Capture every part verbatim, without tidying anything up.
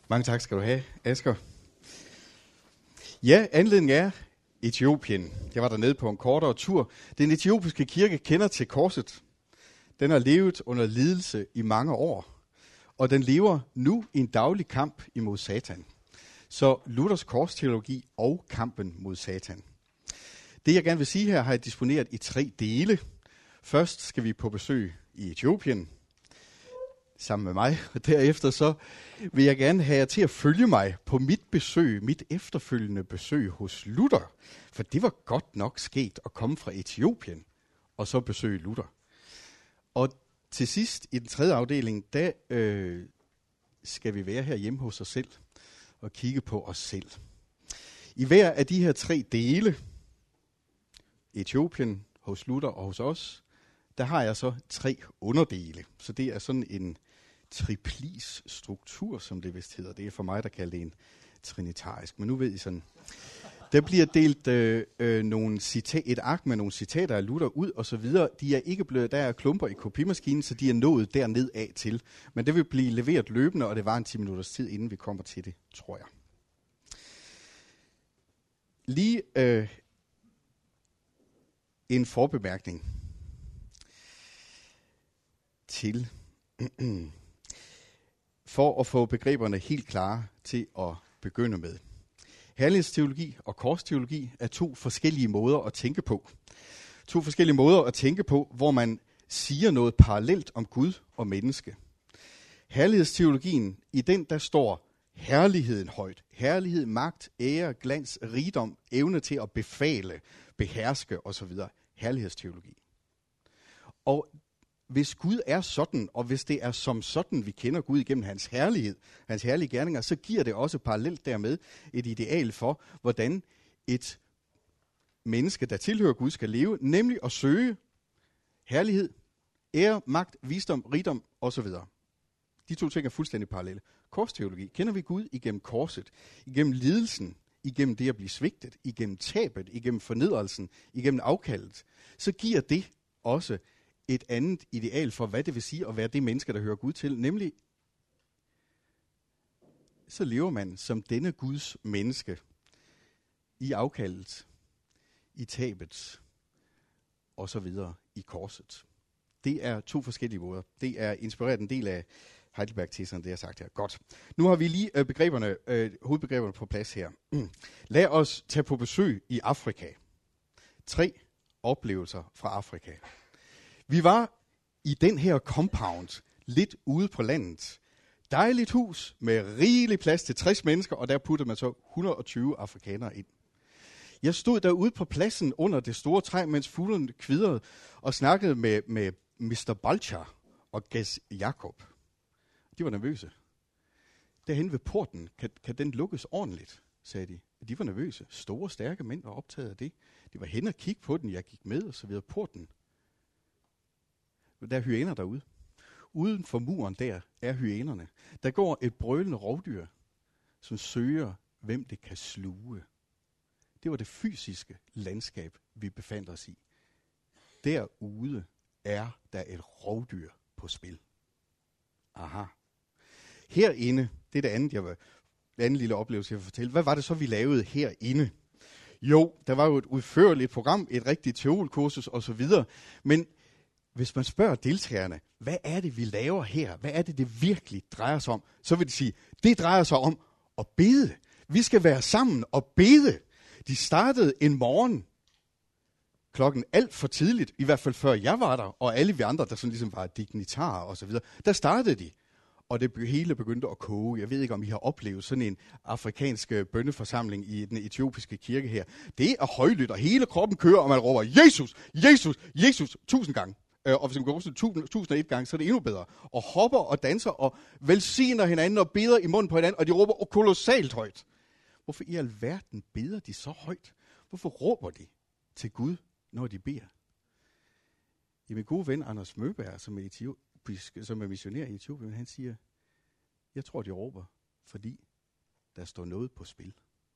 Mange tak skal du have, Asger. Ja, anledningen er Etiopien. Jeg var dernede på en kortere tur. Den etiopiske kirke kender til korset. Den har levet under lidelse i mange år, og den lever nu i en daglig kamp imod Satan. Så Luthers korsteologi og kampen mod Satan. Det jeg gerne vil sige her, har jeg disponeret i tre dele. Først skal vi på besøg i Etiopien, sammen med mig, og derefter så vil jeg gerne have jer til at følge mig på mit besøg, mit efterfølgende besøg hos Luther. For det var godt nok sket at komme fra Etiopien, og så besøge Luther. Og til sidst, i den tredje afdeling, der øh, skal vi være her hjemme hos os selv, og kigge på os selv. I hver af de her tre dele, Etiopien, hos Luther og hos os, der har jeg så tre underdele. Så det er sådan en triplis struktur, som det vist hedder. Det er for mig, der kalder det en trinitarisk. Men nu ved I sådan. Der bliver delt øh, øh, nogle cita- et ark med nogle citater af Luther ud, og så videre. De er ikke blevet, der er klumper i kopimaskinen, så de er nået derned af til. Men det vil blive leveret løbende, og det var en ti minutters tid, inden vi kommer til det, tror jeg. Lige øh, en forbemærkning til, for at få begreberne helt klare til at begynde med. Herlighedsteologi og korsteologi er to forskellige måder at tænke på. To forskellige måder at tænke på, hvor man siger noget parallelt om Gud og menneske. Herlighedsteologien, i den der står herligheden højt. Herlighed, magt, ære, glans, rigdom, evne til at befale, beherske osv. Herlighedsteologi. Og hvis Gud er sådan, og hvis det er som sådan, vi kender Gud igennem hans herlighed, hans herlige gerninger, så giver det også parallelt dermed et ideal for, hvordan et menneske, der tilhører Gud, skal leve, nemlig at søge herlighed, ære, magt, visdom, rigdom osv. De to ting er fuldstændig parallelle. Korsteologi. Kender vi Gud igennem korset, igennem lidelsen, igennem det at blive svigtet, igennem tabet, igennem fornedrelsen, igennem afkaldet, så giver det også et andet ideal for, hvad det vil sige at være det menneske, der hører Gud til, nemlig så lever man som denne Guds menneske i afkaldet, i tabet og så videre i korset. Det er to forskellige måder. Det er inspireret en del af Heidelberg-teserne, det jeg har sagt her. Godt. Nu har vi lige øh, begreberne, øh, hovedbegreberne på plads her. Lad os tage på besøg i Afrika. Tre oplevelser fra Afrika. Vi var i den her compound, lidt ude på landet. Dejligt hus med rigelig plads til tres mennesker, og der puttede man så et hundrede og tyve afrikanere ind. Jeg stod derude på pladsen under det store træ, mens fuglerne kvidrede, og snakkede med, med mister Balcha og Gas Jakob. De var nervøse. Derhen ved porten, kan, kan den lukkes ordentligt, sagde de. De var nervøse. Store, stærke mænd var optaget af det. De var hen og kigge på den, jeg gik med, og så videre. Porten. Der er hyæner derude. Uden for muren der er hyænerne. Der går et brølende rovdyr, som søger, hvem det kan sluge. Det var det fysiske landskab, vi befandt os i. Derude er der et rovdyr på spil. Aha. Herinde, det er det andet, jeg vil, det andet lille oplevelse, jeg vil fortælle. Hvad var det så, vi lavede herinde? Jo, der var jo et udførligt program, et rigtigt teolkursus osv., men hvis man spørger deltagerne, hvad er det, vi laver her? Hvad er det, det virkelig drejer sig om? Så vil de sige, det drejer sig om at bede. Vi skal være sammen og bede. De startede en morgen klokken alt for tidligt, i hvert fald før jeg var der, og alle vi andre, der sådan ligesom var dignitarer og så videre. Der startede de, og det hele begyndte at koge. Jeg ved ikke, om I har oplevet sådan en afrikansk bønneforsamling i den etiopiske kirke her. Det er højlydt, og hele kroppen kører, og man råber, Jesus, Jesus, Jesus, tusind gange. Og hvis man går tusind og et gange, så er det endnu bedre. Og hopper og danser og velsigner hinanden og beder i munden på hinanden, og de råber kolossalt højt. Hvorfor i alverden beder de så højt? Hvorfor råber de til Gud, når de beder? I min gode ven Anders Møberg, som er, etiopisk, som er missionær i Etiopien, han siger, jeg tror, de råber, fordi der står noget på spil.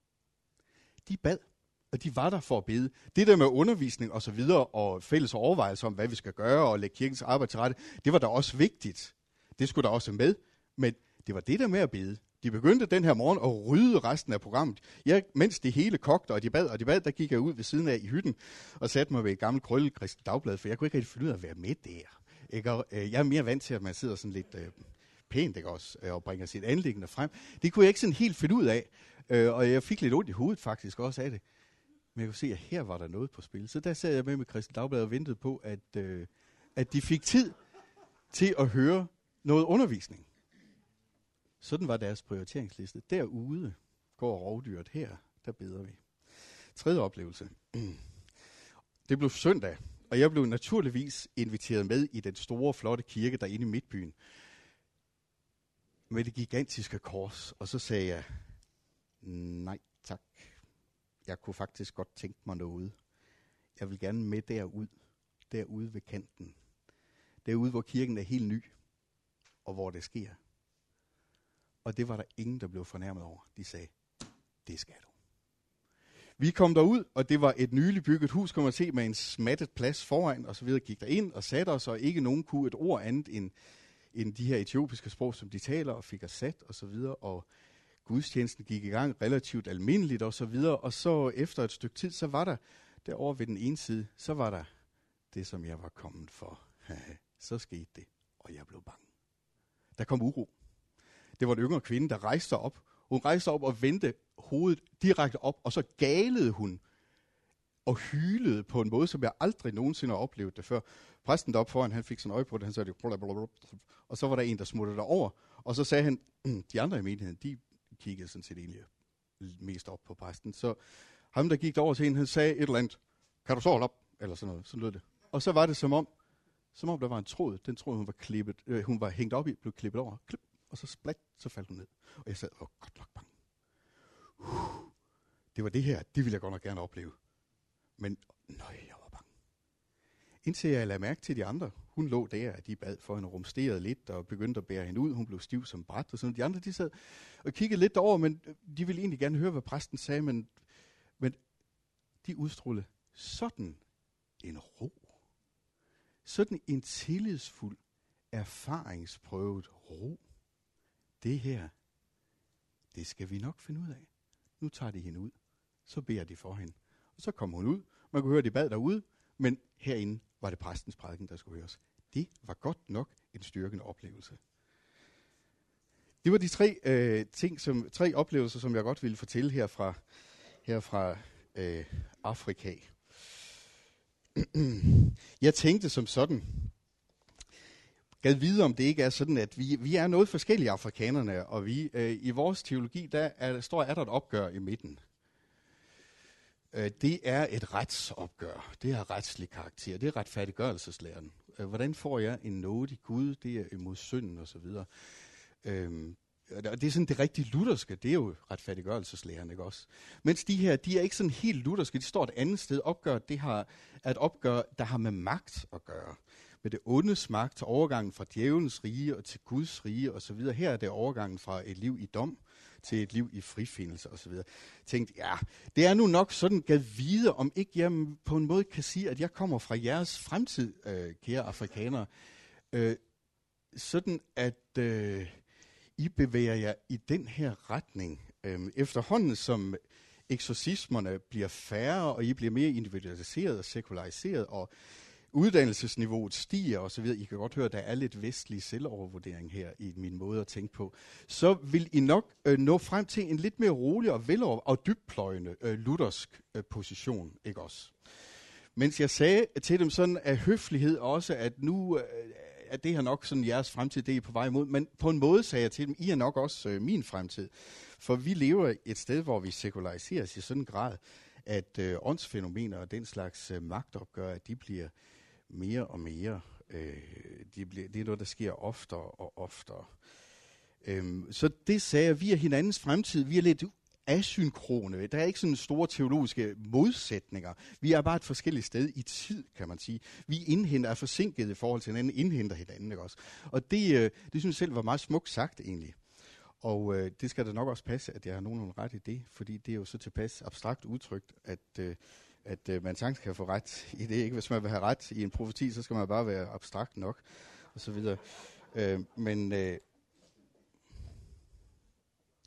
De bad. Og de var der for at bede. Det der med undervisning og så videre, og fælles overvejelser om, hvad vi skal gøre, og lægge kirkens arbejde til rette, det var da også vigtigt. Det skulle der også med. Men det var det der med at bede. De begyndte den her morgen at rydde resten af programmet. Jeg, mens det hele kogte, og de bad, og de bad, der gik jeg ud ved siden af i hytten, og satte mig ved et gammelt krølle Kristeligt Dagblad, for jeg kunne ikke rigtig finde ud af at være med der. Ikke? Og, øh, jeg er mere vant til, at man sidder sådan lidt øh, pænt, ikke også, øh, og bringer sit anliggende frem. Det kunne jeg ikke sådan helt finde ud af, øh, og jeg fik lidt ondt i hovedet faktisk også af det. Men jeg kunne se, at her var der noget på spil. Så der sad jeg med med Kristeligt Dagblad og ventede på, at, øh, at de fik tid til at høre noget undervisning. Sådan var deres prioriteringsliste. Derude går rovdyret, her der beder vi. Tredje oplevelse. Det blev søndag, og jeg blev naturligvis inviteret med i den store, flotte kirke derinde i Midtbyen. Med det gigantiske kors, og så sagde jeg, nej tak. Jeg kunne faktisk godt tænke mig noget. Jeg vil gerne med derud, derude ved kanten. Derude, hvor kirken er helt ny, og hvor det sker. Og det var der ingen, der blev fornærmet over. De sagde, det skal du. Vi kom derud, og det var et nyligt bygget hus, kan man se, med en smattet plads foran, og så videre gik der ind og satte os, og ikke nogen kunne et ord andet end, end de her etiopiske sprog, som de taler, og fik os sat, og så videre, og gudstjenesten gik i gang relativt almindeligt, og så videre, og så efter et stykke tid, så var der, derovre ved den ene side, så var der det, som jeg var kommet for. Så skete det, og jeg blev bange. Der kom uro. Det var en yngre kvinde, der rejste op. Hun rejste op og vendte hovedet direkte op, og så galede hun og hylede på en måde, som jeg aldrig nogensinde har oplevet det før. Præsten deroppe foran, han fik sådan øje på det, han sagde, og så var der en, der smuttede derover, og så sagde han, de andre i menigheden, de kiggede sådan set egentlig mest op på præsten. Så ham, der gik derover til hende, han sagde et eller andet, kan du så holde op? Eller sådan noget, sådan lød det. Og så var det som om, som om der var en tråd, den tråd, hun var, klippet, øh, hun var hængt op i, blev klippet over, klip, og så splat, så faldt hun ned. Og jeg sad, åh, godt nok bange. Uh, det var det her, det ville jeg godt nok gerne opleve. Men nøj, jeg var bange. Indtil jeg lagde mærke til de andre. Hun lå der, de bad for hende, rumsterede lidt og begyndte at bære hende ud. Hun blev stiv som bræt og sådan. De andre, de sad og kiggede lidt over, men de ville egentlig gerne høre, hvad præsten sagde, men, men de udstrålede sådan en ro. Sådan en tillidsfuld, erfaringsprøvet ro. Det her, det skal vi nok finde ud af. Nu tager de hende ud. Så beder de for hende. Og så kom hun ud. Man kunne høre, de bad derude. Men herinde var det præstens prædiken, der skulle høres. Det var godt nok en styrkende oplevelse. Det var de tre øh, ting, som tre oplevelser, som jeg godt ville fortælle her fra, her fra øh, Afrika. Jeg tænkte som sådan, gad vide, om det ikke er sådan, at vi, vi er noget forskellige afrikanerne, og vi øh, i vores teologi, der er, står, er der et opgør i midten. Øh, det er et retsopgør. Det har retslig karakter. Det er retfærdiggørelseslæren. Øh, hvordan får jeg en nådig Gud? Det er imod synden og så videre. Øh, og det er sådan det rigtige lutherske. Det er jo retfærdiggørelseslæren, ikke også? Mens de her, de er ikke sådan helt lutherske. De står et andet sted. Opgør, det har, er et opgør, der har med magt at gøre. Med det ondes magt til overgangen fra djævelens rige og til Guds rige og så videre. Her er det overgangen fra et liv i dom til et liv i frifindelse og så videre. Tænkte, ja, det er nu nok sådan, gad vide, om ikke jeg på en måde kan sige, at jeg kommer fra jeres fremtid, øh, kære afrikanere. Øh, sådan at øh, I bevæger jer i den her retning. Øh, efterhånden som eksorcismerne bliver færre, og I bliver mere individualiseret og sekulariseret, og uddannelsesniveauet stiger og så videre. I kan godt høre, at der er lidt vestlig selvovervurdering her i min måde at tænke på. Så vil I nok øh, nå frem til en lidt mere rolig og velover og dybpløjende øh, luthersk øh, position, ikke også? Mens jeg sagde til dem sådan af høflighed også, at nu øh, er det her nok sådan jeres fremtid, det er I på vej imod. Men på en måde sagde jeg til dem, I er nok også øh, min fremtid. For vi lever et sted, hvor vi sekulariseres i sådan en grad, at øh, åndsfænomener og den slags øh, magtopgør, at de bliver mere og mere. Øh, de bliver, det er noget, der sker oftere og oftere. Øhm, så det sagde jeg, vi er hinandens fremtid. Vi er lidt asynkrone. Der er ikke sådan store teologiske modsætninger. Vi er bare et forskelligt sted i tid, kan man sige. Vi indhenter, er forsinket i forhold til hinanden, indhenter hinanden, ikke også? Og det, øh, det synes jeg selv var meget smukt sagt, egentlig. Og øh, det skal da nok også passe, at jeg har nogenlunde ret i det, fordi det er jo så tilpas abstrakt udtrykt, at, øh, at øh, man sagtens kan få ret i det. Ikke? Hvis man vil have ret i en profeti, så skal man bare være abstrakt nok, og så videre. Øh, men... Øh,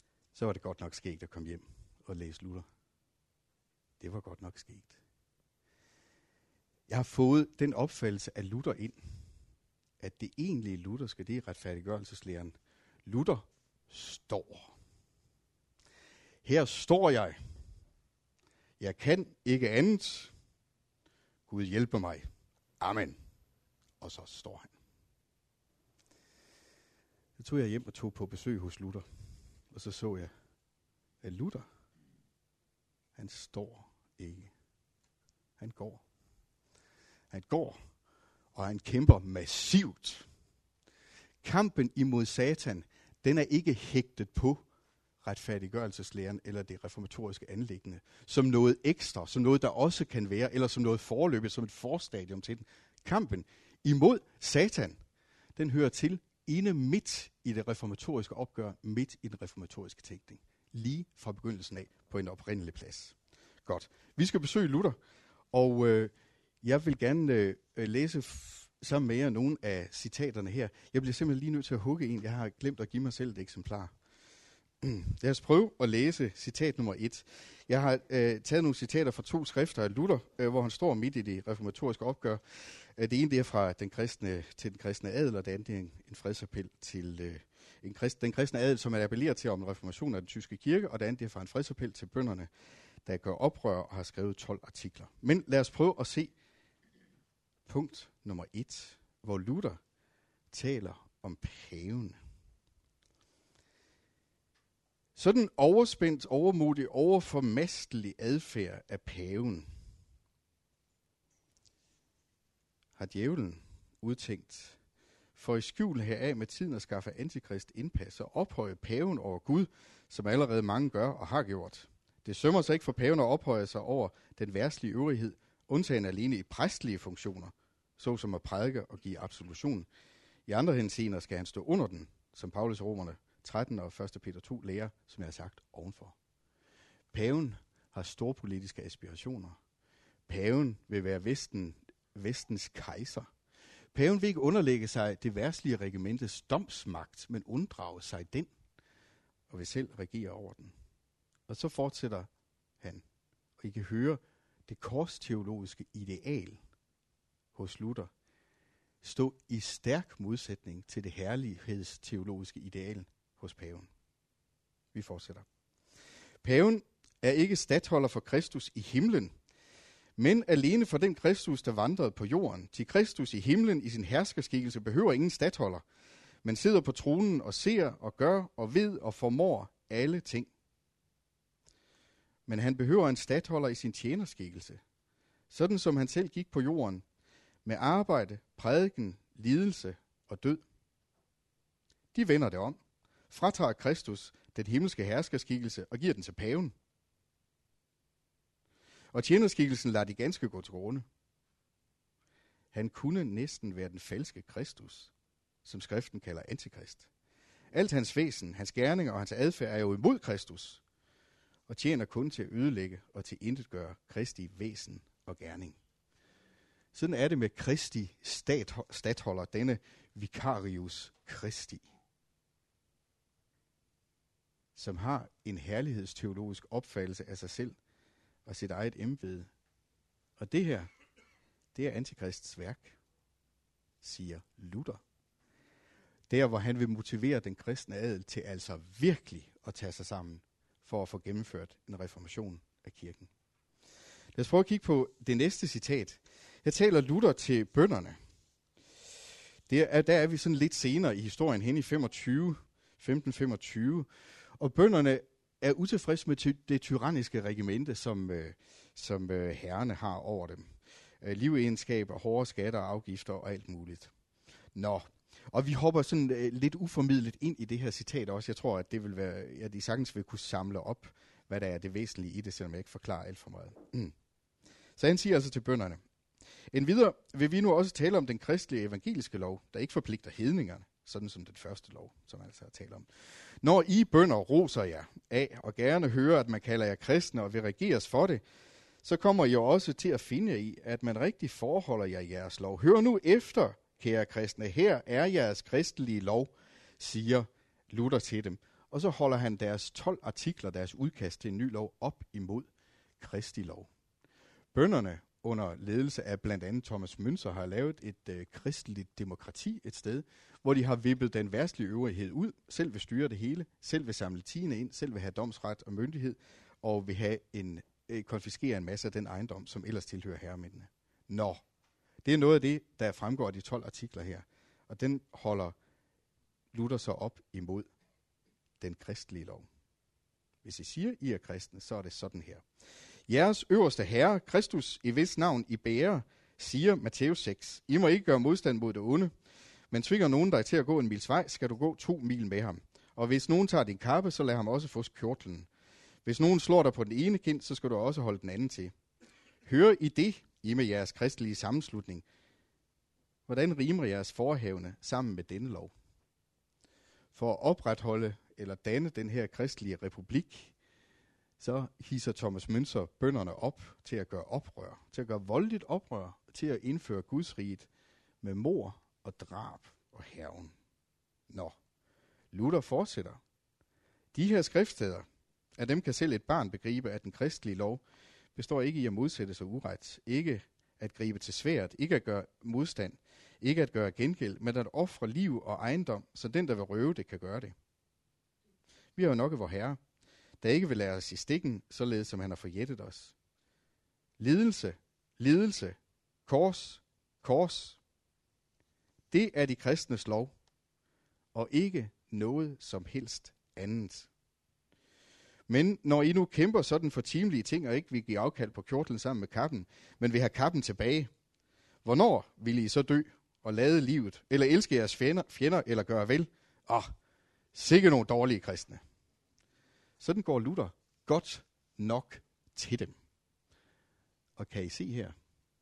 så var det godt nok skægt at komme hjem og læse Luther. Det var godt nok skægt. Jeg har fået den opfattelse af Luther ind, at det egentlige lutherske, det er retfærdiggørelseslæren. Luther står. Her står jeg. Jeg kan ikke andet. Gud hjælpe mig. Amen. Og så står han. Så tog jeg hjem og tog på besøg hos Luther. Og så så jeg, at Luther, han står ikke. Han går. Han går, og han kæmper massivt. Kampen imod Satan, den er ikke hægtet på retfærdiggørelseslæren eller det reformatoriske anliggende, som noget ekstra, som noget, der også kan være, eller som noget forløbet, som et forstadium til den. Kampen imod Satan, den hører til inde midt i det reformatoriske opgør, midt i den reformatoriske tænkning. Lige fra begyndelsen af på en oprindelig plads. Godt. Vi skal besøge Luther, og øh, jeg vil gerne øh, læse f- sammen med jer nogle af citaterne her. Jeg bliver simpelthen lige nødt til at hugge en. Jeg har glemt at give mig selv et eksemplar. Lad os prøve at læse citat nummer et. Jeg har øh, taget nogle citater fra to skrifter af Luther, øh, hvor han står midt i det reformatoriske opgør. Det ene det er fra den kristne til den kristne adel, og det andet er en, en fredsappel til øh, en krist, den kristne adel, som er appellerer til om reformation af den tyske kirke, og det andet det er fra en fredsappel til bønderne, der gør oprør og har skrevet tolv artikler. Men lad os prøve at se punkt nummer et, hvor Luther taler om paven. Sådan overspændt, overmodig, overformastelig adfærd af paven har djævlen udtænkt for i skjul heraf med tiden at skaffe antikrist indpas og ophøje paven over Gud, som allerede mange gør og har gjort. Det sømmer sig ikke for paven at ophøje sig over den verdslige øvrighed, undtagen alene i præstlige funktioner, såsom at prædike og give absolution. I andre henseender skal han stå under den, som Paulus i Romerne tretten og første Peter to lærer, som jeg har sagt ovenfor. Paven har store politiske aspirationer. Paven vil være vesten, vestens kejser. Paven vil ikke underlægge sig det verdslige regimentes domsmagt, men unddrage sig den, og vil selv regere over den. Og så fortsætter han, og I kan høre det korsteologiske ideal hos Luther stå i stærk modsætning til det herlighedsteologiske ideal hos paven. Vi fortsætter. Paven er ikke statholder for Kristus i himlen, men alene for den Kristus, der vandrede på jorden. Til Kristus i himlen i sin herskerskikkelse behøver ingen statholder, men sidder på tronen og ser og gør og ved og formår alle ting. Men han behøver en statholder i sin tjenerskikkelse, sådan som han selv gik på jorden, med arbejde, prædiken, lidelse og død. De vender det om, fratager Kristus den himmelske herskerskikkelse og giver den til paven. Og tjenerskikkelsen lader de ganske gå til grunde. Han kunne næsten være den falske Kristus, som skriften kalder antikrist. Alt hans væsen, hans gerninger og hans adfærd er jo imod Kristus, og tjener kun til at ødelægge og til intetgøre Kristi væsen og gerning. Sådan er det med Kristi stat, statholder, denne vicarius Christi, som har en herlighedsteologisk opfattelse af sig selv og sit eget embede. Og det her, det er antikrists værk, siger Luther. Der, hvor han vil motivere den kristne adel til altså virkelig at tage sig sammen for at få gennemført en reformation af kirken. Lad os prøve at kigge på det næste citat. Her taler Luther til bønderne. Der er, der er vi sådan lidt senere i historien, hen i femogtyve, femten femogtyve, og bønderne er utilfredse med ty- det tyranniske regimente, som, øh, som øh, herrerne har over dem. Øh, livegenskaber, hårde skatter og afgifter og alt muligt. Nå, og vi hopper sådan øh, lidt uformidlet ind i det her citat også. Jeg tror, at det vil være, at de sagtens vil kunne samle op, hvad der er det væsentlige i det, selvom jeg ikke forklarer alt for meget. Mm. Så han siger altså til bønderne: endvidere vil vi nu også tale om den kristelige evangeliske lov, der ikke forpligter hedningerne, sådan som den første lov, som man altså har talt om. Når I bønder roser jer af og gerne hører, at man kalder jer kristne og vil regeres for det, så kommer I jo også til at finde i, at man rigtig forholder jer jeres lov. Hør nu efter, kære kristne, her er jeres kristelige lov, siger Luther til dem. Og så holder han deres tolv artikler, deres udkast til en ny lov, op imod Kristi lov. Bønderne under ledelse af blandt andet Thomas Müntzer har lavet et øh, kristeligt demokrati et sted, hvor de har vippet den værtslige øvrighed ud, selv vil styre det hele, selv vil samle tiende ind, selv vil have domsret og myndighed, og vil have en, øh, konfiskere en masse af den ejendom, som ellers tilhører herremændene. Nå, det er noget af det, der fremgår af de tolv artikler her, og den holder Luther så op imod den kristelige lov. Hvis I siger, I er kristne, så er det sådan her. Jeres øverste herre, Kristus, i hvis navn I bærer, siger Matthæus seks. I må ikke gøre modstand mod det onde, men tvinger nogen dig til at gå en mils vej, skal du gå to mil med ham. Og hvis nogen tager din kappe, så lad ham også få kjortlen. Hvis nogen slår dig på den ene kind, så skal du også holde den anden til. Hør I det, I med jeres kristelige sammenslutning. Hvordan rimer jeres forhavne sammen med denne lov? For at opretholde eller danne den her kristelige republik, så hisser Thomas Müntzer bønderne op til at gøre oprør, til at gøre voldeligt oprør, til at indføre Guds riget med mord og drab og hærgen. Nå, Luther fortsætter. De her skriftsteder, af dem kan selv et barn begribe, at den kristelige lov består ikke i at modsætte sig uret, ikke at gribe til svært, ikke at gøre modstand, ikke at gøre gengæld, men at ofre liv og ejendom, så den, der vil røve det, kan gøre det. Vi har jo nok af vor Herre, der ikke vil lade os i stikken, således som han har forjættet os. Lidelse, lidelse, kors, kors. Det er de kristnes lov, og ikke noget som helst andet. Men når I nu kæmper sådan for timelige ting, og ikke vil give afkald på kjortlen sammen med kappen, men vil have kappen tilbage, hvornår vil I så dø og lade livet, eller elske jeres fjender, fjender eller gøre vel? Åh, sikke nogle dårlige kristne. Sådan går Luther godt nok til dem. Og kan I se her?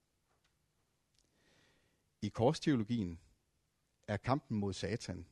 I korsteologien er kampen mod Satan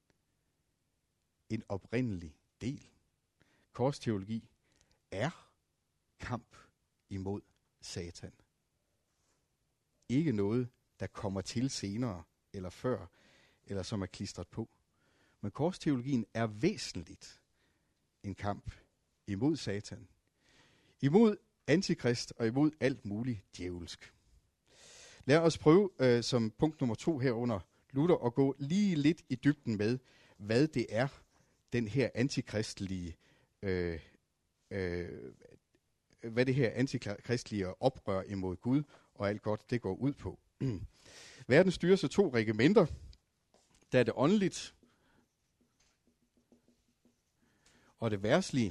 en oprindelig del. Korsteologi er kamp imod Satan. Ikke noget, der kommer til senere eller før, eller som er klistret på. Men korsteologien er væsentligt en kamp imod Satan. Imod antikrist og imod alt muligt djævelsk. Lad os prøve øh, som punkt nummer to herunder Luther at gå lige lidt i dybden med, hvad det er, den her antikristelige øh, øh, hvad det her antikristelige oprør imod Gud og alt godt, det går ud på. Verden styres af to regimenter. Der er det åndeligt og det verdslige.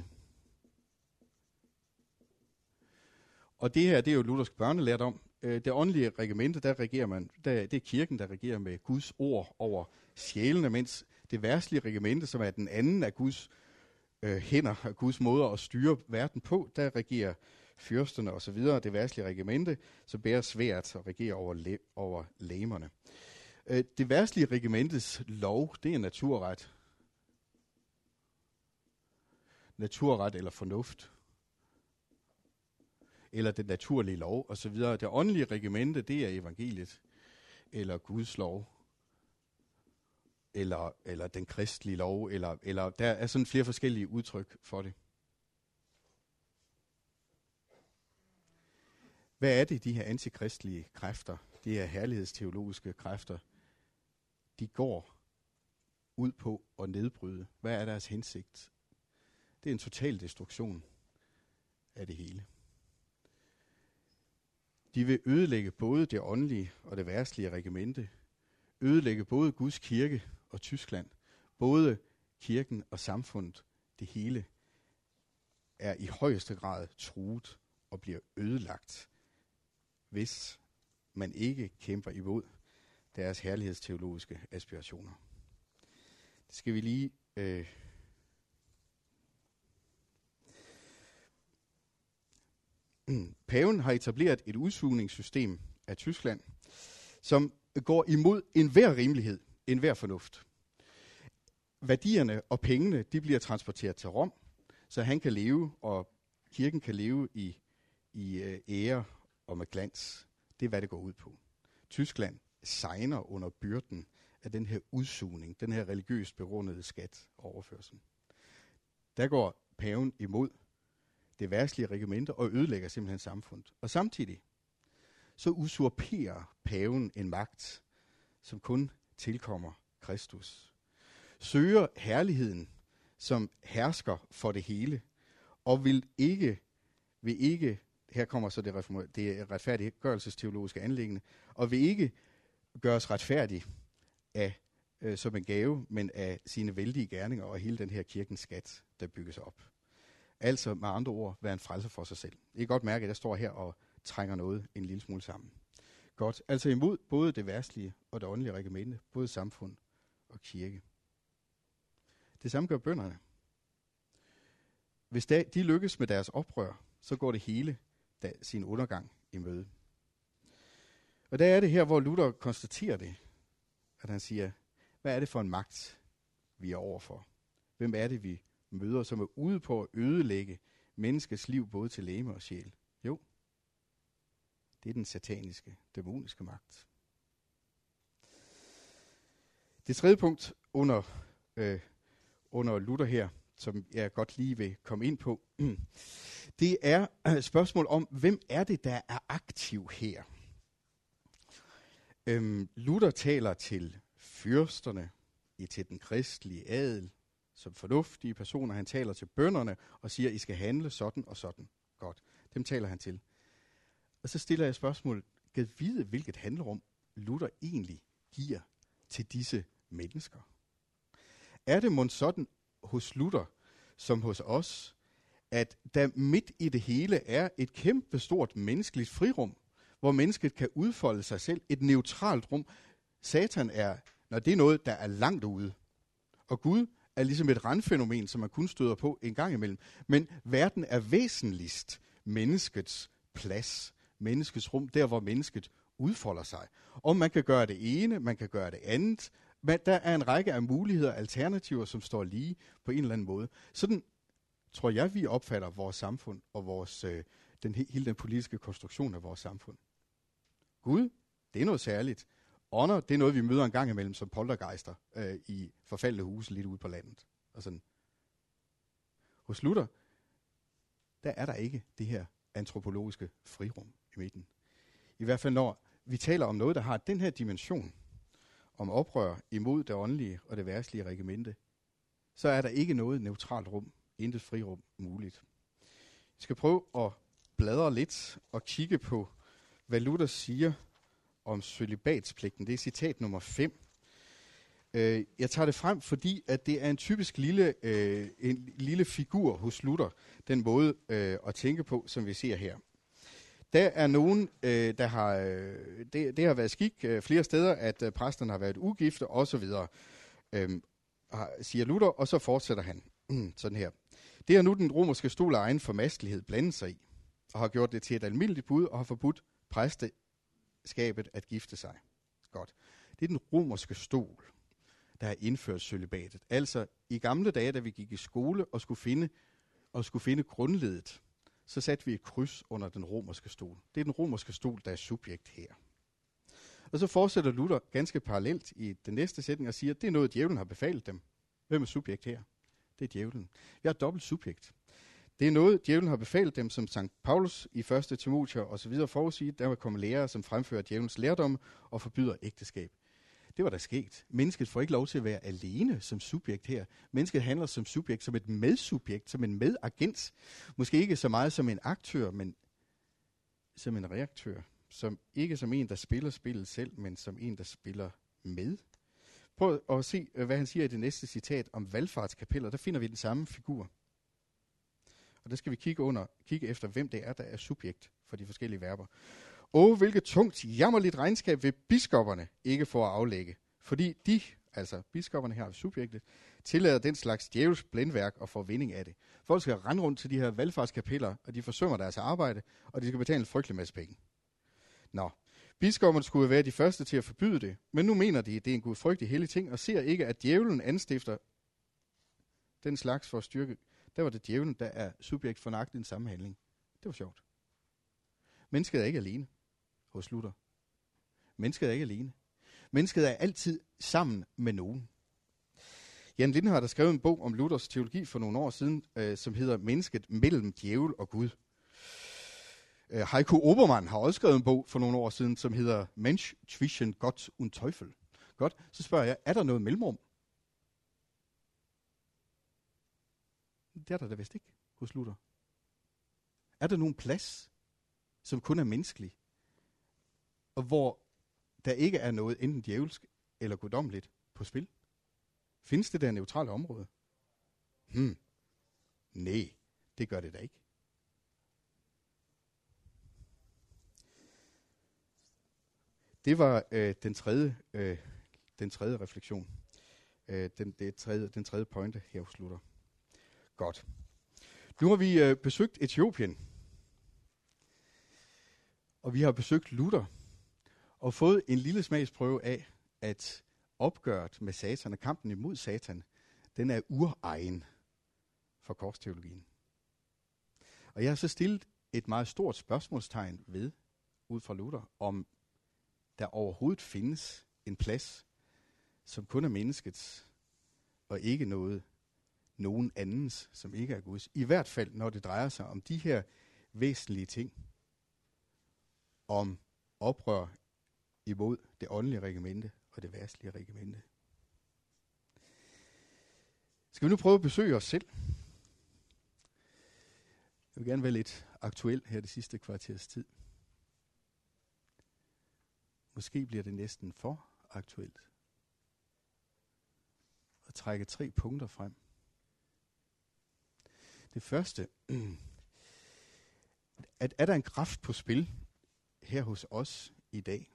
Og det her, det er jo Luthers børnelærdom. Det åndelige regimente, der regerer man, der, det er kirken, der regerer med Guds ord over sjælene, mens det verdslige regimente, som er den anden af Guds øh, hænder, af Guds måder at styre verden på, der regerer fyrsterne og så videre, det verdslige regimente, så bærer svært og regerer over, læ- over lægmerne. Øh, det verdslige regimentes lov, det er naturret. Naturret eller fornuft. Eller den naturlige lov og så videre. Det åndelige regimente, det er evangeliet, eller Guds lov, eller, eller den kristelige lov, eller, eller der er sådan flere forskellige udtryk for det. Hvad er det, de her antikristelige kræfter, de her herlighedsteologiske kræfter, de går ud på at nedbryde? Hvad er deres hensigt? Det er en total destruktion af det hele. De vil ødelægge både det åndelige og det verdslige regimente, ødelægge både Guds kirke og Tyskland, både kirken og samfundet, det hele er i højeste grad truet og bliver ødelagt, hvis man ikke kæmper imod deres herlighedsteologiske aspirationer. Det skal vi lige øh, Paven har etableret et udsugningssystem af Tyskland, som går imod enhver rimelighed, enhver fornuft. Værdierne og pengene, de bliver transporteret til Rom, så han kan leve, og kirken kan leve i, i øh, ære og med glans. Det er, hvad det går ud på. Tyskland segner under byrden af den her udsugning, den her religiøst begrundede skat og overførsel. der går paven imod det verdslige regimente og ødelægger simpelthen samfundet. Og samtidig så usurperer paven en magt, som kun tilkommer Kristus. Søger herligheden, som hersker for det hele, og vil ikke, vil ikke her kommer så det, reform- det retfærdiggørelsesteologiske anliggende, og vil ikke gøres retfærdig af, øh, som en gave, men af sine vældige gerninger og hele den her kirkens skat, der bygges op. Altså med andre ord, være en frelser for sig selv. I kan godt mærke, at jeg står her og trænger noget en lille smule sammen. Godt, altså imod både det verdslige og det åndelige regimente, både samfund og kirke. Det samme gør bønderne. Hvis de lykkes med deres oprør, så går det hele da sin undergang i møde. Og der er det her, hvor Luther konstaterer det, at han siger, hvad er det for en magt, vi er overfor? Hvem er det, vi møder, som er ude på at ødelægge menneskets liv, både til legeme og sjæl? Jo, det er den sataniske, dæmoniske magt. Det tredje punkt under, øh, under Luther her, som jeg godt lige vil komme ind på, det er øh, spørgsmål om, hvem er det, der er aktiv her? Øhm, Luther taler til fyrsterne, til den kristelige adel, som fornuftige personer. Han taler til bønderne og siger, I skal handle sådan og sådan. Godt, dem taler han til. Og så stiller jeg spørgsmålet, gad vide, hvilket handlerum Luther egentlig giver til disse mennesker? Er det mon sådan hos Luther, som hos os, at der midt i det hele er et kæmpe stort menneskeligt frirum, hvor mennesket kan udfolde sig selv, et neutralt rum. Satan er, når det er noget, der er langt ude. Og Gud er ligesom et randfænomen, som man kun støder på en gang imellem. Men verden er væsentligst menneskets plads, menneskets rum, der hvor mennesket udfolder sig. Og man kan gøre det ene, man kan gøre det andet, men der er en række af muligheder, alternativer, som står lige på en eller anden måde. Sådan tror jeg, vi opfatter vores samfund og vores, øh, den, hele den politiske konstruktion af vores samfund. Gud, det er noget særligt. Ånder, det er noget, vi møder en gang imellem som poltergeister øh, i forfaldne huse lidt ude på landet. Og sådan. Hos Luther, der er der ikke det her antropologiske frirum i midten. I hvert fald når vi taler om noget, der har den her dimension, om oprør imod det åndelige og det verdslige regimente, så er der ikke noget neutralt rum, intet frirum muligt. Vi skal prøve at bladre lidt og kigge på, hvad Luther siger om cølibatspligten. Det er citat nummer fem. Øh, jeg tager det frem, fordi at det er en typisk lille, øh, en lille figur hos Luther, den måde øh, at tænke på, som vi ser her. Der er nogen, øh, der har, øh, det, det har været skik øh, flere steder, at øh, præsterne har været ugifte osv., øh, siger Luther, og så fortsætter han sådan her. Det er nu den romerske stol af egen formastelighed blandet sig i, og har gjort det til et almindeligt bud, og har forbudt præsteskabet at gifte sig. Godt. Det er den romerske stol, der har indført cølibatet. Altså i gamle dage, da vi gik i skole og skulle finde, og skulle finde grundledet, så satte vi et kryds under den romerske stol. Det er den romerske stol, der er subjekt her. Og så fortsætter Luther ganske parallelt i den næste sætning og siger, at det er noget, djævlen har befalet dem. Hvem er subjekt her? Det er djævlen. Vi har et dobbelt subjekt. Det er noget, djævlen har befalet dem, som Sankt Paulus i første Timotheus og så videre forudsiger. Der vil komme lærere, som fremfører djævlens lærdom og forbyder ægteskab. Det var der sket. Mennesket får ikke lov til at være alene som subjekt her. Mennesket handler som subjekt, som et medsubjekt, som en medagent. Måske ikke så meget som en aktør, men som en reaktør. Som, ikke som en, der spiller spillet selv, men som en, der spiller med. Prøv at se, hvad han siger i det næste citat om valgfartskapeller. Der finder vi den samme figur. Og der skal vi kigge, under, kigge efter, hvem det er, der er subjekt for de forskellige verber. Åh, hvilket tungt, jammerligt regnskab vil biskopperne ikke få at aflægge. Fordi de, altså biskopperne her subjektet, tillader den slags djævels blændværk og får vinding af det. Folk skal rende rundt til de her valgfartskapeller, og de forsømmer deres arbejde, og de skal betale en frygtelig masse penge. Nå, biskopperne skulle være de første til at forbyde det, men nu mener de, at det er en gudfrygtig hellig ting, og ser ikke, at djævlen anstifter den slags for at styrke. Der var det djævlen, der er subjekt for nøjagtig den samme handling. Det var sjovt. Mennesket er ikke alene hos Luther. Mennesket er ikke alene. Mennesket er altid sammen med nogen. Jan Lindhardt har skrevet en bog om Luthers teologi for nogle år siden, øh, som hedder Mennesket mellem djævel og Gud. Øh, Heiko Obermann har også skrevet en bog for nogle år siden, som hedder Mensch zwischen Gott und Teufel. Godt, så spørger jeg, er der noget mellemrum? Det er der da vist ikke hos Luther. Er der nogen plads, som kun er menneskelig, og hvor der ikke er noget enten djævelsk eller guddommeligt på spil? Findes det der neutrale område? Hmm. Nej, det gør det da ikke. Det var øh, den tredje, øh, den tredje refleksion. Øh, den, det tredje, den tredje pointe her hos Luther. Godt. Nu har vi øh, besøgt Etiopien. Og vi har besøgt Luther. Og fået en lille smagsprøve af, at opgøret med Satan og kampen imod Satan, den er uregen for korsteologien. Og jeg har så stillet et meget stort spørgsmålstegn ved, ud fra Luther, om der overhovedet findes en plads, som kun er menneskets, og ikke noget, nogen andens, som ikke er Guds. I hvert fald, når det drejer sig om de her væsentlige ting, om oprør imod det åndelige regimente og det verdslige regimente. Skal vi nu prøve at besøge os selv? Jeg vil gerne være lidt aktuel her det sidste kvarters tid. Måske bliver det næsten for aktuelt at trække tre punkter frem. Det første, at er der en kraft på spil her hos os i dag,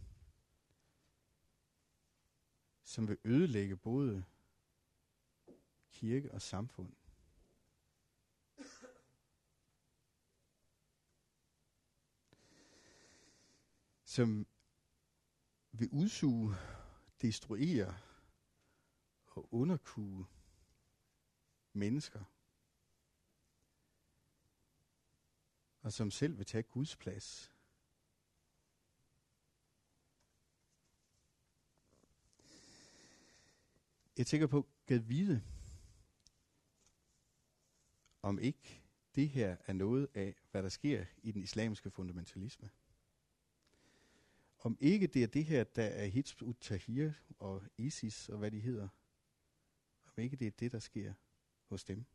som vil ødelægge både kirke og samfund? Som vil udsuge, destruere og underkue mennesker, og som selv vil tage Guds plads. Jeg tænker på, gad vide, om ikke det her er noget af, hvad der sker i den islamiske fundamentalisme. Om ikke det er det her, der er Hizb ut-Tahrir og ISIS og hvad de hedder. Om ikke det er det, der sker hos dem.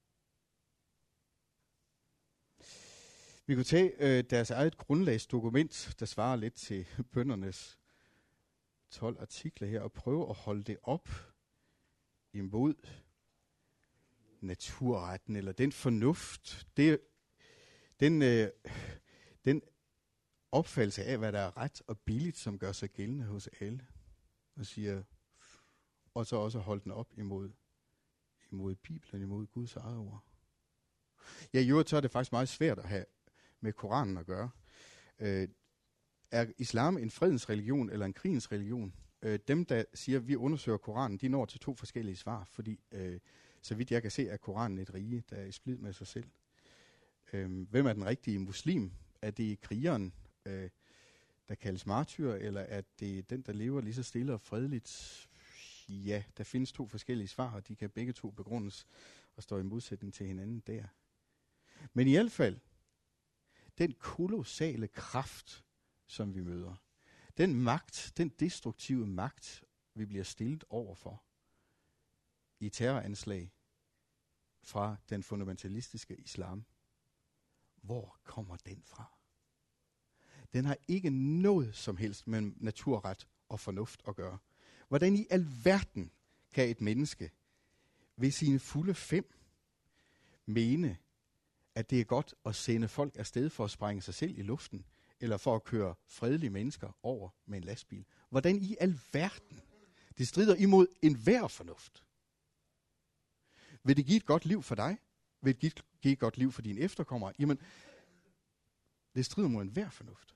Vi kunne tage øh, deres eget grundlagsdokument, der svarer lidt til bøndernes tolv artikler her, og prøve at holde det op imod naturretten, eller den fornuft, det, den, øh, den opfattelse af, hvad der er ret og billigt, som gør sig gældende hos alle, og siger, og så også holde den op imod, imod Bibelen, imod Guds eget ord. Ja, i øvrigt så er det faktisk meget svært at have med Koranen at gøre. Øh, er islam en fredens religion eller en krigens religion? Øh, dem, der siger, at vi undersøger Koranen, de når til to forskellige svar, fordi øh, så vidt jeg kan se, er Koranen et rige, der er i splid med sig selv. Øh, hvem er den rigtige muslim? Er det krigeren, øh, der kaldes martyr, eller er det den, der lever lige så stille og fredeligt? Ja, der findes to forskellige svar, og de kan begge to begrundes og stå i modsætning til hinanden der. Men i hvert fald, den kolossale kraft, som vi møder, den magt, den destruktive magt, vi bliver stillet overfor i terroranslag fra den fundamentalistiske islam, hvor kommer den fra? Den har ikke noget som helst med naturret og fornuft at gøre. Hvordan i alverden kan et menneske ved sine fulde fem mene, at det er godt at sende folk afsted for at sprænge sig selv i luften, eller for at køre fredelige mennesker over med en lastbil? Hvordan i alverden? Det strider imod enhver fornuft. Vil det give et godt liv for dig? Vil det give et godt liv for dine efterkommere? Jamen, det strider mod enhver fornuft.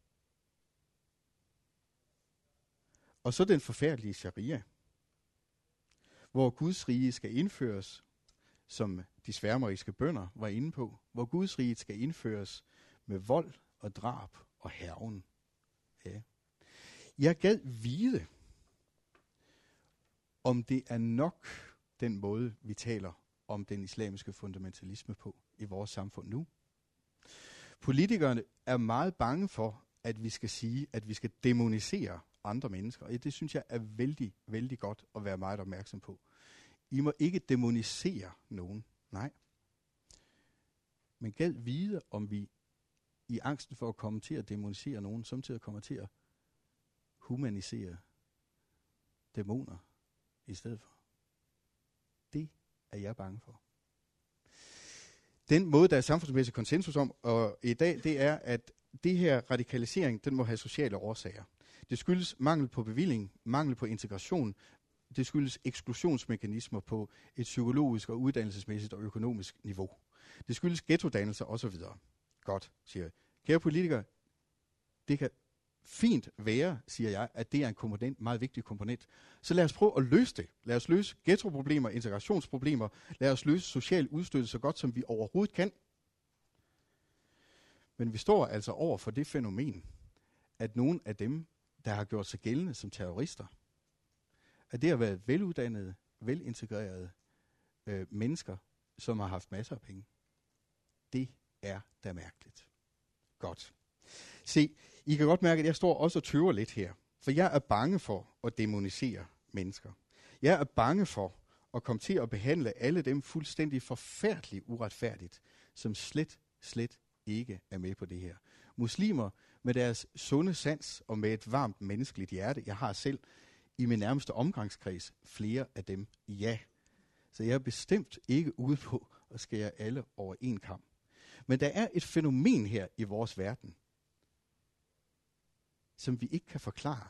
Og så den forfærdelige sharia, hvor Guds rige skal indføres, som de sværmeriske bønder var inde på, hvor Guds rige skal indføres med vold og drab og hærgen. Ja. Jeg gad vide, om det er nok den måde, vi taler om den islamiske fundamentalisme på i vores samfund nu. Politikerne er meget bange for, at vi skal sige, at vi skal dæmonisere andre mennesker. Og det synes jeg er vældig, vældig godt at være meget opmærksom på. I må ikke dæmonisere nogen. Nej. Men gad vide, om vi i angsten for at komme til at dæmonisere nogen, samtidig kommer til at humanisere dæmoner i stedet for. Det er jeg bange for. Den måde, der er samfundsmæssig konsensus om og i dag, det er, at det her radikalisering, den må have sociale årsager. Det skyldes mangel på bevilling, mangel på integration. Det skyldes eksklusionsmekanismer på et psykologisk og uddannelsesmæssigt og økonomisk niveau. Det skyldes ghettodannelser osv. Godt, siger jeg. Kære politikere, det kan fint være, siger jeg, at det er en komponent, meget vigtig komponent. Så lad os prøve at løse det. Lad os løse ghettoproblemer, integrationsproblemer. Lad os løse social udstødelse så godt, som vi overhovedet kan. Men vi står altså over for det fænomen, at nogle af dem, der har gjort sig gældende som terrorister, at det har været veluddannede, velintegrerede øh, mennesker, som har haft masser af penge. Det er da mærkeligt. Godt. Se, I kan godt mærke, at jeg står også og tøver lidt her. For jeg er bange for at dæmonisere mennesker. Jeg er bange for at komme til at behandle alle dem fuldstændig forfærdeligt uretfærdigt, som slet, slet ikke er med på det her. Muslimer med deres sunde sans og med et varmt menneskeligt hjerte. Jeg har selv i min nærmeste omgangskreds flere af dem. Ja. Så jeg er bestemt ikke ude på at skære alle over en kam. Men der er et fænomen her i vores verden, som vi ikke kan forklare.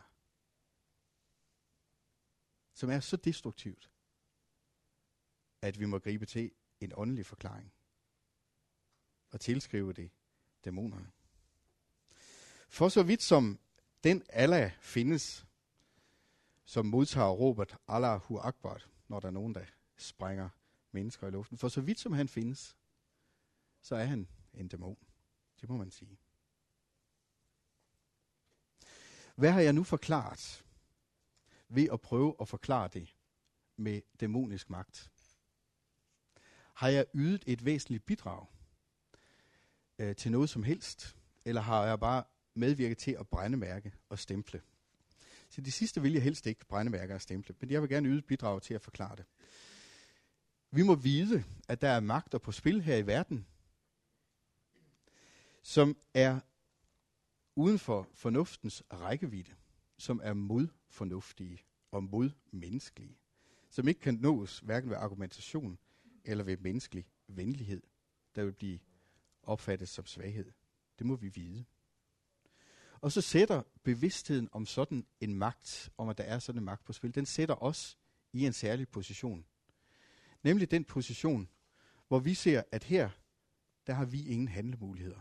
Som er så destruktivt, at vi må gribe til en åndelig forklaring. Og tilskrive det dæmonerne. For så vidt som den Allah findes, som modtager råbet Allahu Akbar, når der er nogen, der sprænger mennesker i luften. For så vidt som han findes, så er han en dæmon. Det må man sige. Hvad har jeg nu forklaret ved at prøve at forklare det med dæmonisk magt? Har jeg ydet et væsentligt bidrag øh, til noget som helst, eller har jeg bare medvirket til at brændemærke og stemple? Så det sidste vil jeg helst ikke brændemærke og stemple, men jeg vil gerne yde et bidrag til at forklare det. Vi må vide, at der er magter på spil her i verden, som er uden for fornuftens rækkevidde, som er modfornuftige og modmenneskelige, som ikke kan nås hverken ved argumentation eller ved menneskelig venlighed, der vil blive opfattet som svaghed. Det må vi vide. Og så sætter bevidstheden om sådan en magt, om at der er sådan en magt på spil, den sætter os i en særlig position. Nemlig den position, hvor vi ser, at her, der har vi ingen handlemuligheder.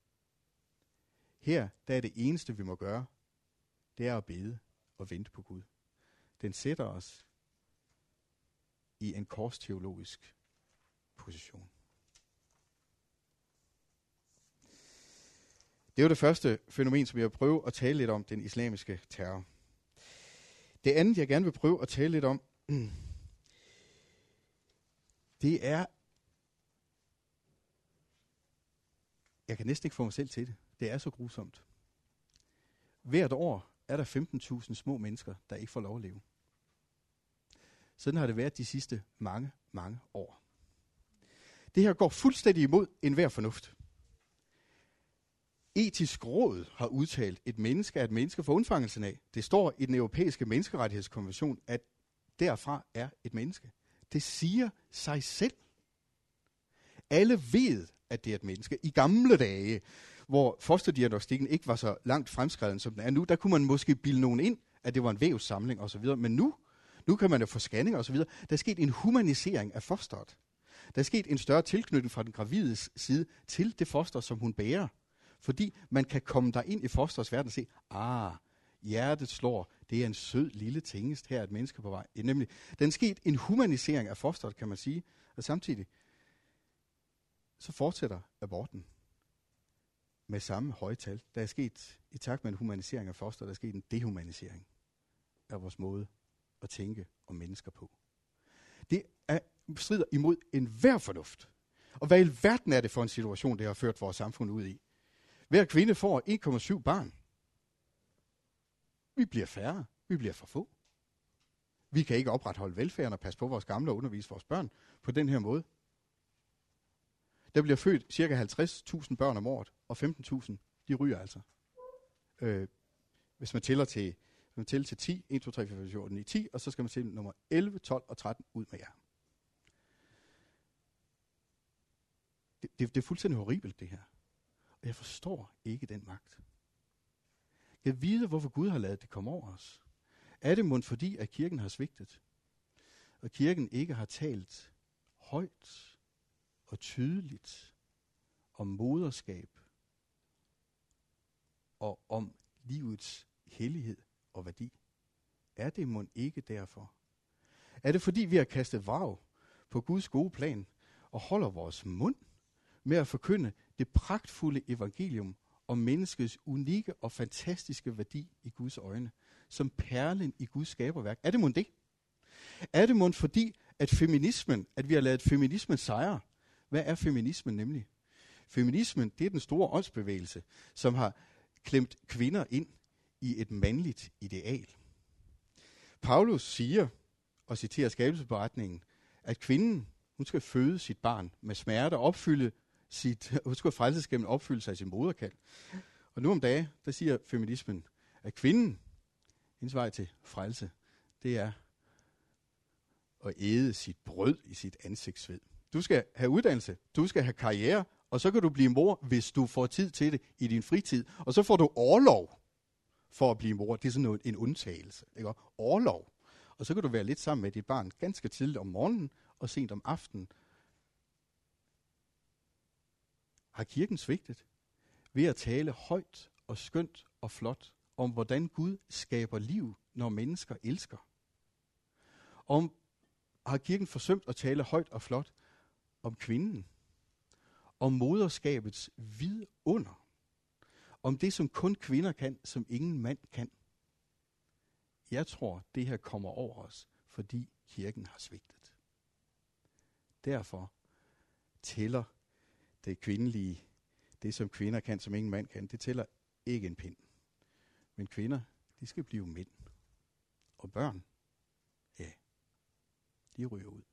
Her, der er det eneste, vi må gøre, det er at bede og vente på Gud. Den sætter os i en korsteologisk position. Det er jo det første fænomen, som jeg vil prøve at tale lidt om, den islamiske terror. Det andet, jeg gerne vil prøve at tale lidt om, det er, jeg kan næsten ikke få mig selv til det, det er så grusomt. Hvert år er der femten tusind små mennesker, der ikke får lov at leve. Sådan har det været de sidste mange, mange år. Det her går fuldstændig imod enhver fornuft. Etisk råd har udtalt, at et menneske er et menneske for undfangelsen af. Det står i den europæiske menneskerettighedskonvention, at derfra er et menneske. Det siger sig selv. Alle ved, at det er et menneske. I gamle dage, hvor fosterdiagnostikken ikke var så langt fremskreden, som den er nu, der kunne man måske bilde nogen ind, at det var en vævssamling osv. Men nu, nu kan man jo få scanninger osv. Der er sket en humanisering af fosteret. Der er sket en større tilknytning fra den gravides side til det foster, som hun bærer. Fordi man kan komme der ind i fosterets verden og se, ah, hjertet slår, det er en sød lille tingest, her er et menneske på vej. Nemlig, den er sket en humanisering af fosteret, kan man sige, og samtidig så fortsætter aborten med samme høje tal. Der er sket, i takt med en humanisering af fosteret, der er sket en dehumanisering af vores måde at tænke om mennesker på. Det er, strider imod enhver fornuft. Og hvad i alverden er det for en situation, det har ført vores samfund ud i? Hver kvinde får en komma syv barn. Vi bliver færre. Vi bliver for få. Vi kan ikke opretholde velfærden og passe på vores gamle og undervise vores børn på den her måde. Der bliver født ca. halvtreds tusind børn om året, og femten tusind, de ryger altså. Øh, hvis man tæller til, man tæller til ti, en, to, tre, fire, fem, seks, otte, ni, ti, og så skal man tælle nummer elleve, tolv og tretten ud med jer. Det, det, det er fuldstændig horribelt, det her. Og jeg forstår ikke den magt. Jeg ved, hvorfor Gud har ladet det komme over os. Er det mon fordi, at kirken har svigtet? Og kirken ikke har talt højt og tydeligt om moderskab og om livets hellighed og værdi? Er det mon ikke derfor? Er det fordi, vi har kastet vrag på Guds gode plan og holder vores mund med at forkynde det pragtfulde evangelium om menneskets unikke og fantastiske værdi i Guds øjne, som perlen i Guds skaberværk? Er det mon det? Er det mon fordi, at feminismen, at vi har ladet feminismen sejre? Hvad er feminismen nemlig? Feminismen, det er den store åndsbevægelse, som har klemt kvinder ind i et mandligt ideal. Paulus siger, og citerer skabelsesberetningen, at kvinden, hun skal føde sit barn med smerte og opfylde sit, hun skal frelses gennem opfyldelse af sin moderkald. Og nu om dagen, der siger feminismen, at kvinden, hendes vej til frelse, det er at æde sit brød i sit ansigtsved. Du skal have uddannelse, du skal have karriere, og så kan du blive mor, hvis du får tid til det i din fritid. Og så får du orlov for at blive mor. Det er sådan noget, en undtagelse. Ikke? Orlov. Og så kan du være lidt sammen med dit barn ganske tidligt om morgenen og sent om aftenen. Har kirken svigtet ved at tale højt og skønt og flot om, hvordan Gud skaber liv, når mennesker elsker? Om har kirken forsømt at tale højt og flot om kvinden, om moderskabets vidunder, om det, som kun kvinder kan, som ingen mand kan? Jeg tror, det her kommer over os, fordi kirken har svigtet. Derfor tæller det kvindelige, det som kvinder kan, som ingen mand kan, det tæller ikke en pind. Men kvinder, de skal blive mænd. Og børn, ja, de ryger ud.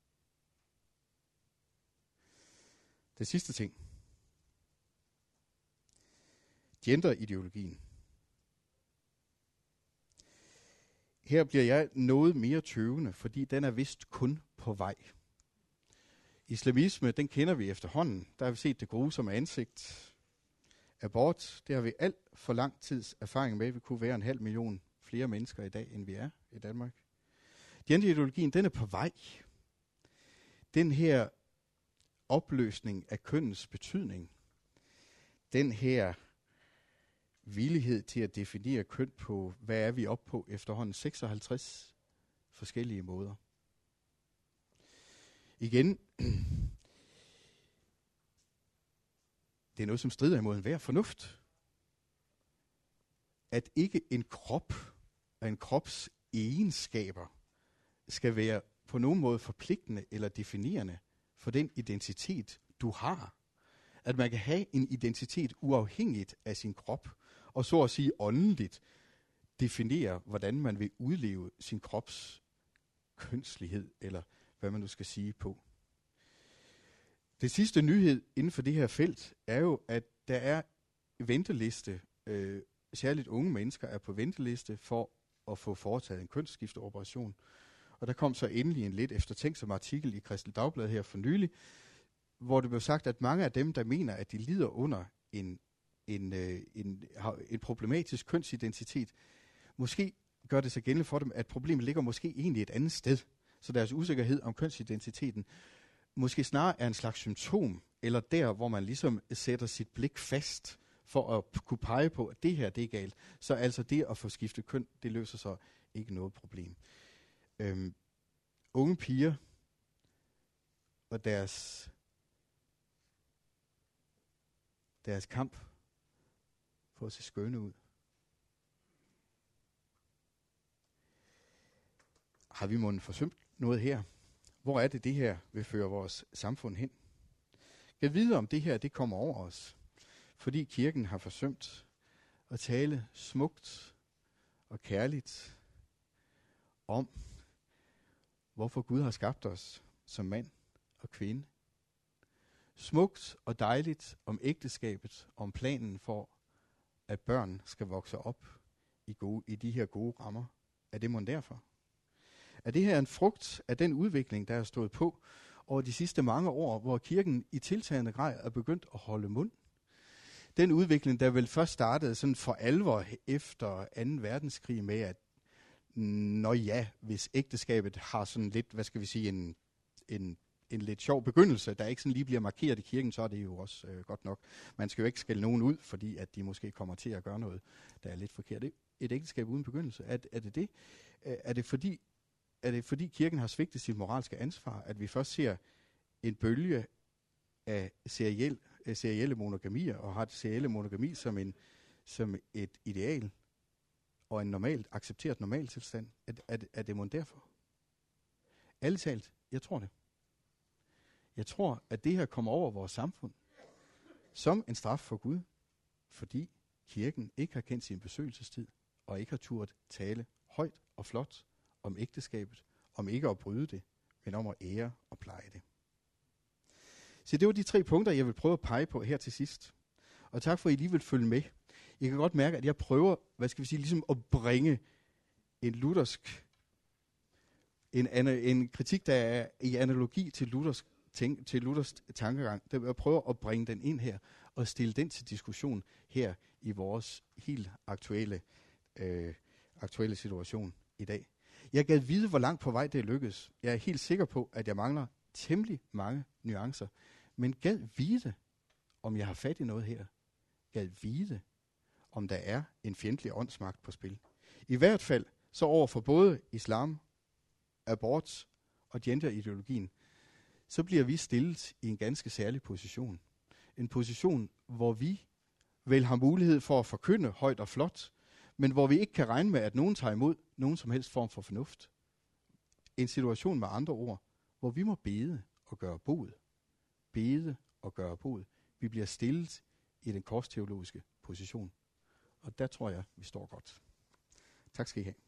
Det sidste ting. Genderideologien. Her bliver jeg noget mere tøvende, fordi den er vist kun på vej. Islamisme, den kender vi efterhånden. Der har vi set det grusomme ansigt. Abort, det har vi alt for lang tids erfaring med. Vi kunne være en halv million flere mennesker i dag, end vi er i Danmark. Genderideologien, den er på vej. Den her opløsning af kønnens betydning, den her villighed til at definere køn på, hvad er vi oppe på efterhånden, seksoghalvtreds forskellige måder. Igen, det er noget, som strider imod enhver fornuft. At ikke en krop og en krops egenskaber skal være på nogen måde forpligtende eller definerende for den identitet, du har. At man kan have en identitet uafhængigt af sin krop, og så at sige åndeligt definere, hvordan man vil udleve sin krops kønslighed, eller hvad man nu skal sige på. Det sidste nyhed inden for det her felt er jo, at der er venteliste, øh, særligt unge mennesker er på venteliste for at få foretaget en kønsskifteoperation. Og der kom så endelig en lidt eftertænksom artikel i Kristeligt Dagblad her for nylig, hvor det blev sagt, at mange af dem, der mener, at de lider under en, en, øh, en, en problematisk kønsidentitet, måske gør det sig gældende for dem, at problemet ligger måske egentlig et andet sted. Så deres usikkerhed om kønsidentiteten måske snarere er en slags symptom, eller der, hvor man ligesom sætter sit blik fast for at kunne pege på, at det her, det er galt. Så altså det at få skiftet køn, det løser så ikke noget problem. Øhm, unge piger og deres, deres kamp for at se skønne ud. Har vi måttet forsømt noget her? Hvor er det, det her vil føre vores samfund hen? Jeg ved, om det her det kommer over os, fordi kirken har forsømt at tale smukt og kærligt om, hvorfor Gud har skabt os som mand og kvinde. Smukt og dejligt om ægteskabet, om planen for, at børn skal vokse op i, gode, i de her gode rammer. Er det mon derfor? Er det her en frugt af den udvikling, der er stået på over de sidste mange år, hvor kirken i tiltagende grad er begyndt at holde mund? Den udvikling, der vel først startede sådan for alvor efter anden verdenskrig med, at nå ja, hvis ægteskabet har sådan lidt, hvad skal vi sige, en, en, en lidt sjov begyndelse, der ikke sådan lige bliver markeret i kirken, så er det jo også øh, godt nok. Man skal jo ikke skælde nogen ud, fordi at de måske kommer til at gøre noget, der er lidt forkert. Et ægteskab uden begyndelse, er, er det det? Er det fordi, er det fordi kirken har svigtet sit moralske ansvar, at vi først ser en bølge af seriel, serielle monogamier, og har serielle monogami som, en, som et ideal, og en normalt accepteret normaltilstand? Er, er, er det mon derfor? Ærligt talt, jeg tror det. Jeg tror, at det her kommer over vores samfund som en straf for Gud, fordi kirken ikke har kendt sin besøgelsestid, og ikke har turt tale højt og flot om ægteskabet, om ikke at bryde det, men om at ære og pleje det. Så det var de tre punkter, jeg vil prøve at pege på her til sidst. Og tak for, at I lige vil følge med. I kan godt mærke, at jeg prøver, hvad skal vi sige, ligesom at bringe en luthersk, en, en kritik, der er i analogi til Luthers, tænk, til Luthers tankegang. Jeg prøver at bringe den ind her, og stille den til diskussion her i vores helt aktuelle, øh, aktuelle situation i dag. Jeg gad vide, hvor langt på vej det lykkes. Jeg er helt sikker på, at jeg mangler temmelig mange nuancer. Men gad vide, om jeg har fat i noget her. Gad vide, om der er en fjendtlig åndsmagt på spil. I hvert fald så over for både islam, abort og genderideologien, så bliver vi stillet i en ganske særlig position. En position, hvor vi vel har mulighed for at forkynde højt og flot, men hvor vi ikke kan regne med, at nogen tager imod nogen som helst form for fornuft. En situation med andre ord, hvor vi må bede og gøre bod. Bede og gøre bod. Vi bliver stillet i den korsteologiske position. Og der tror jeg, vi står godt. Tak skal I have.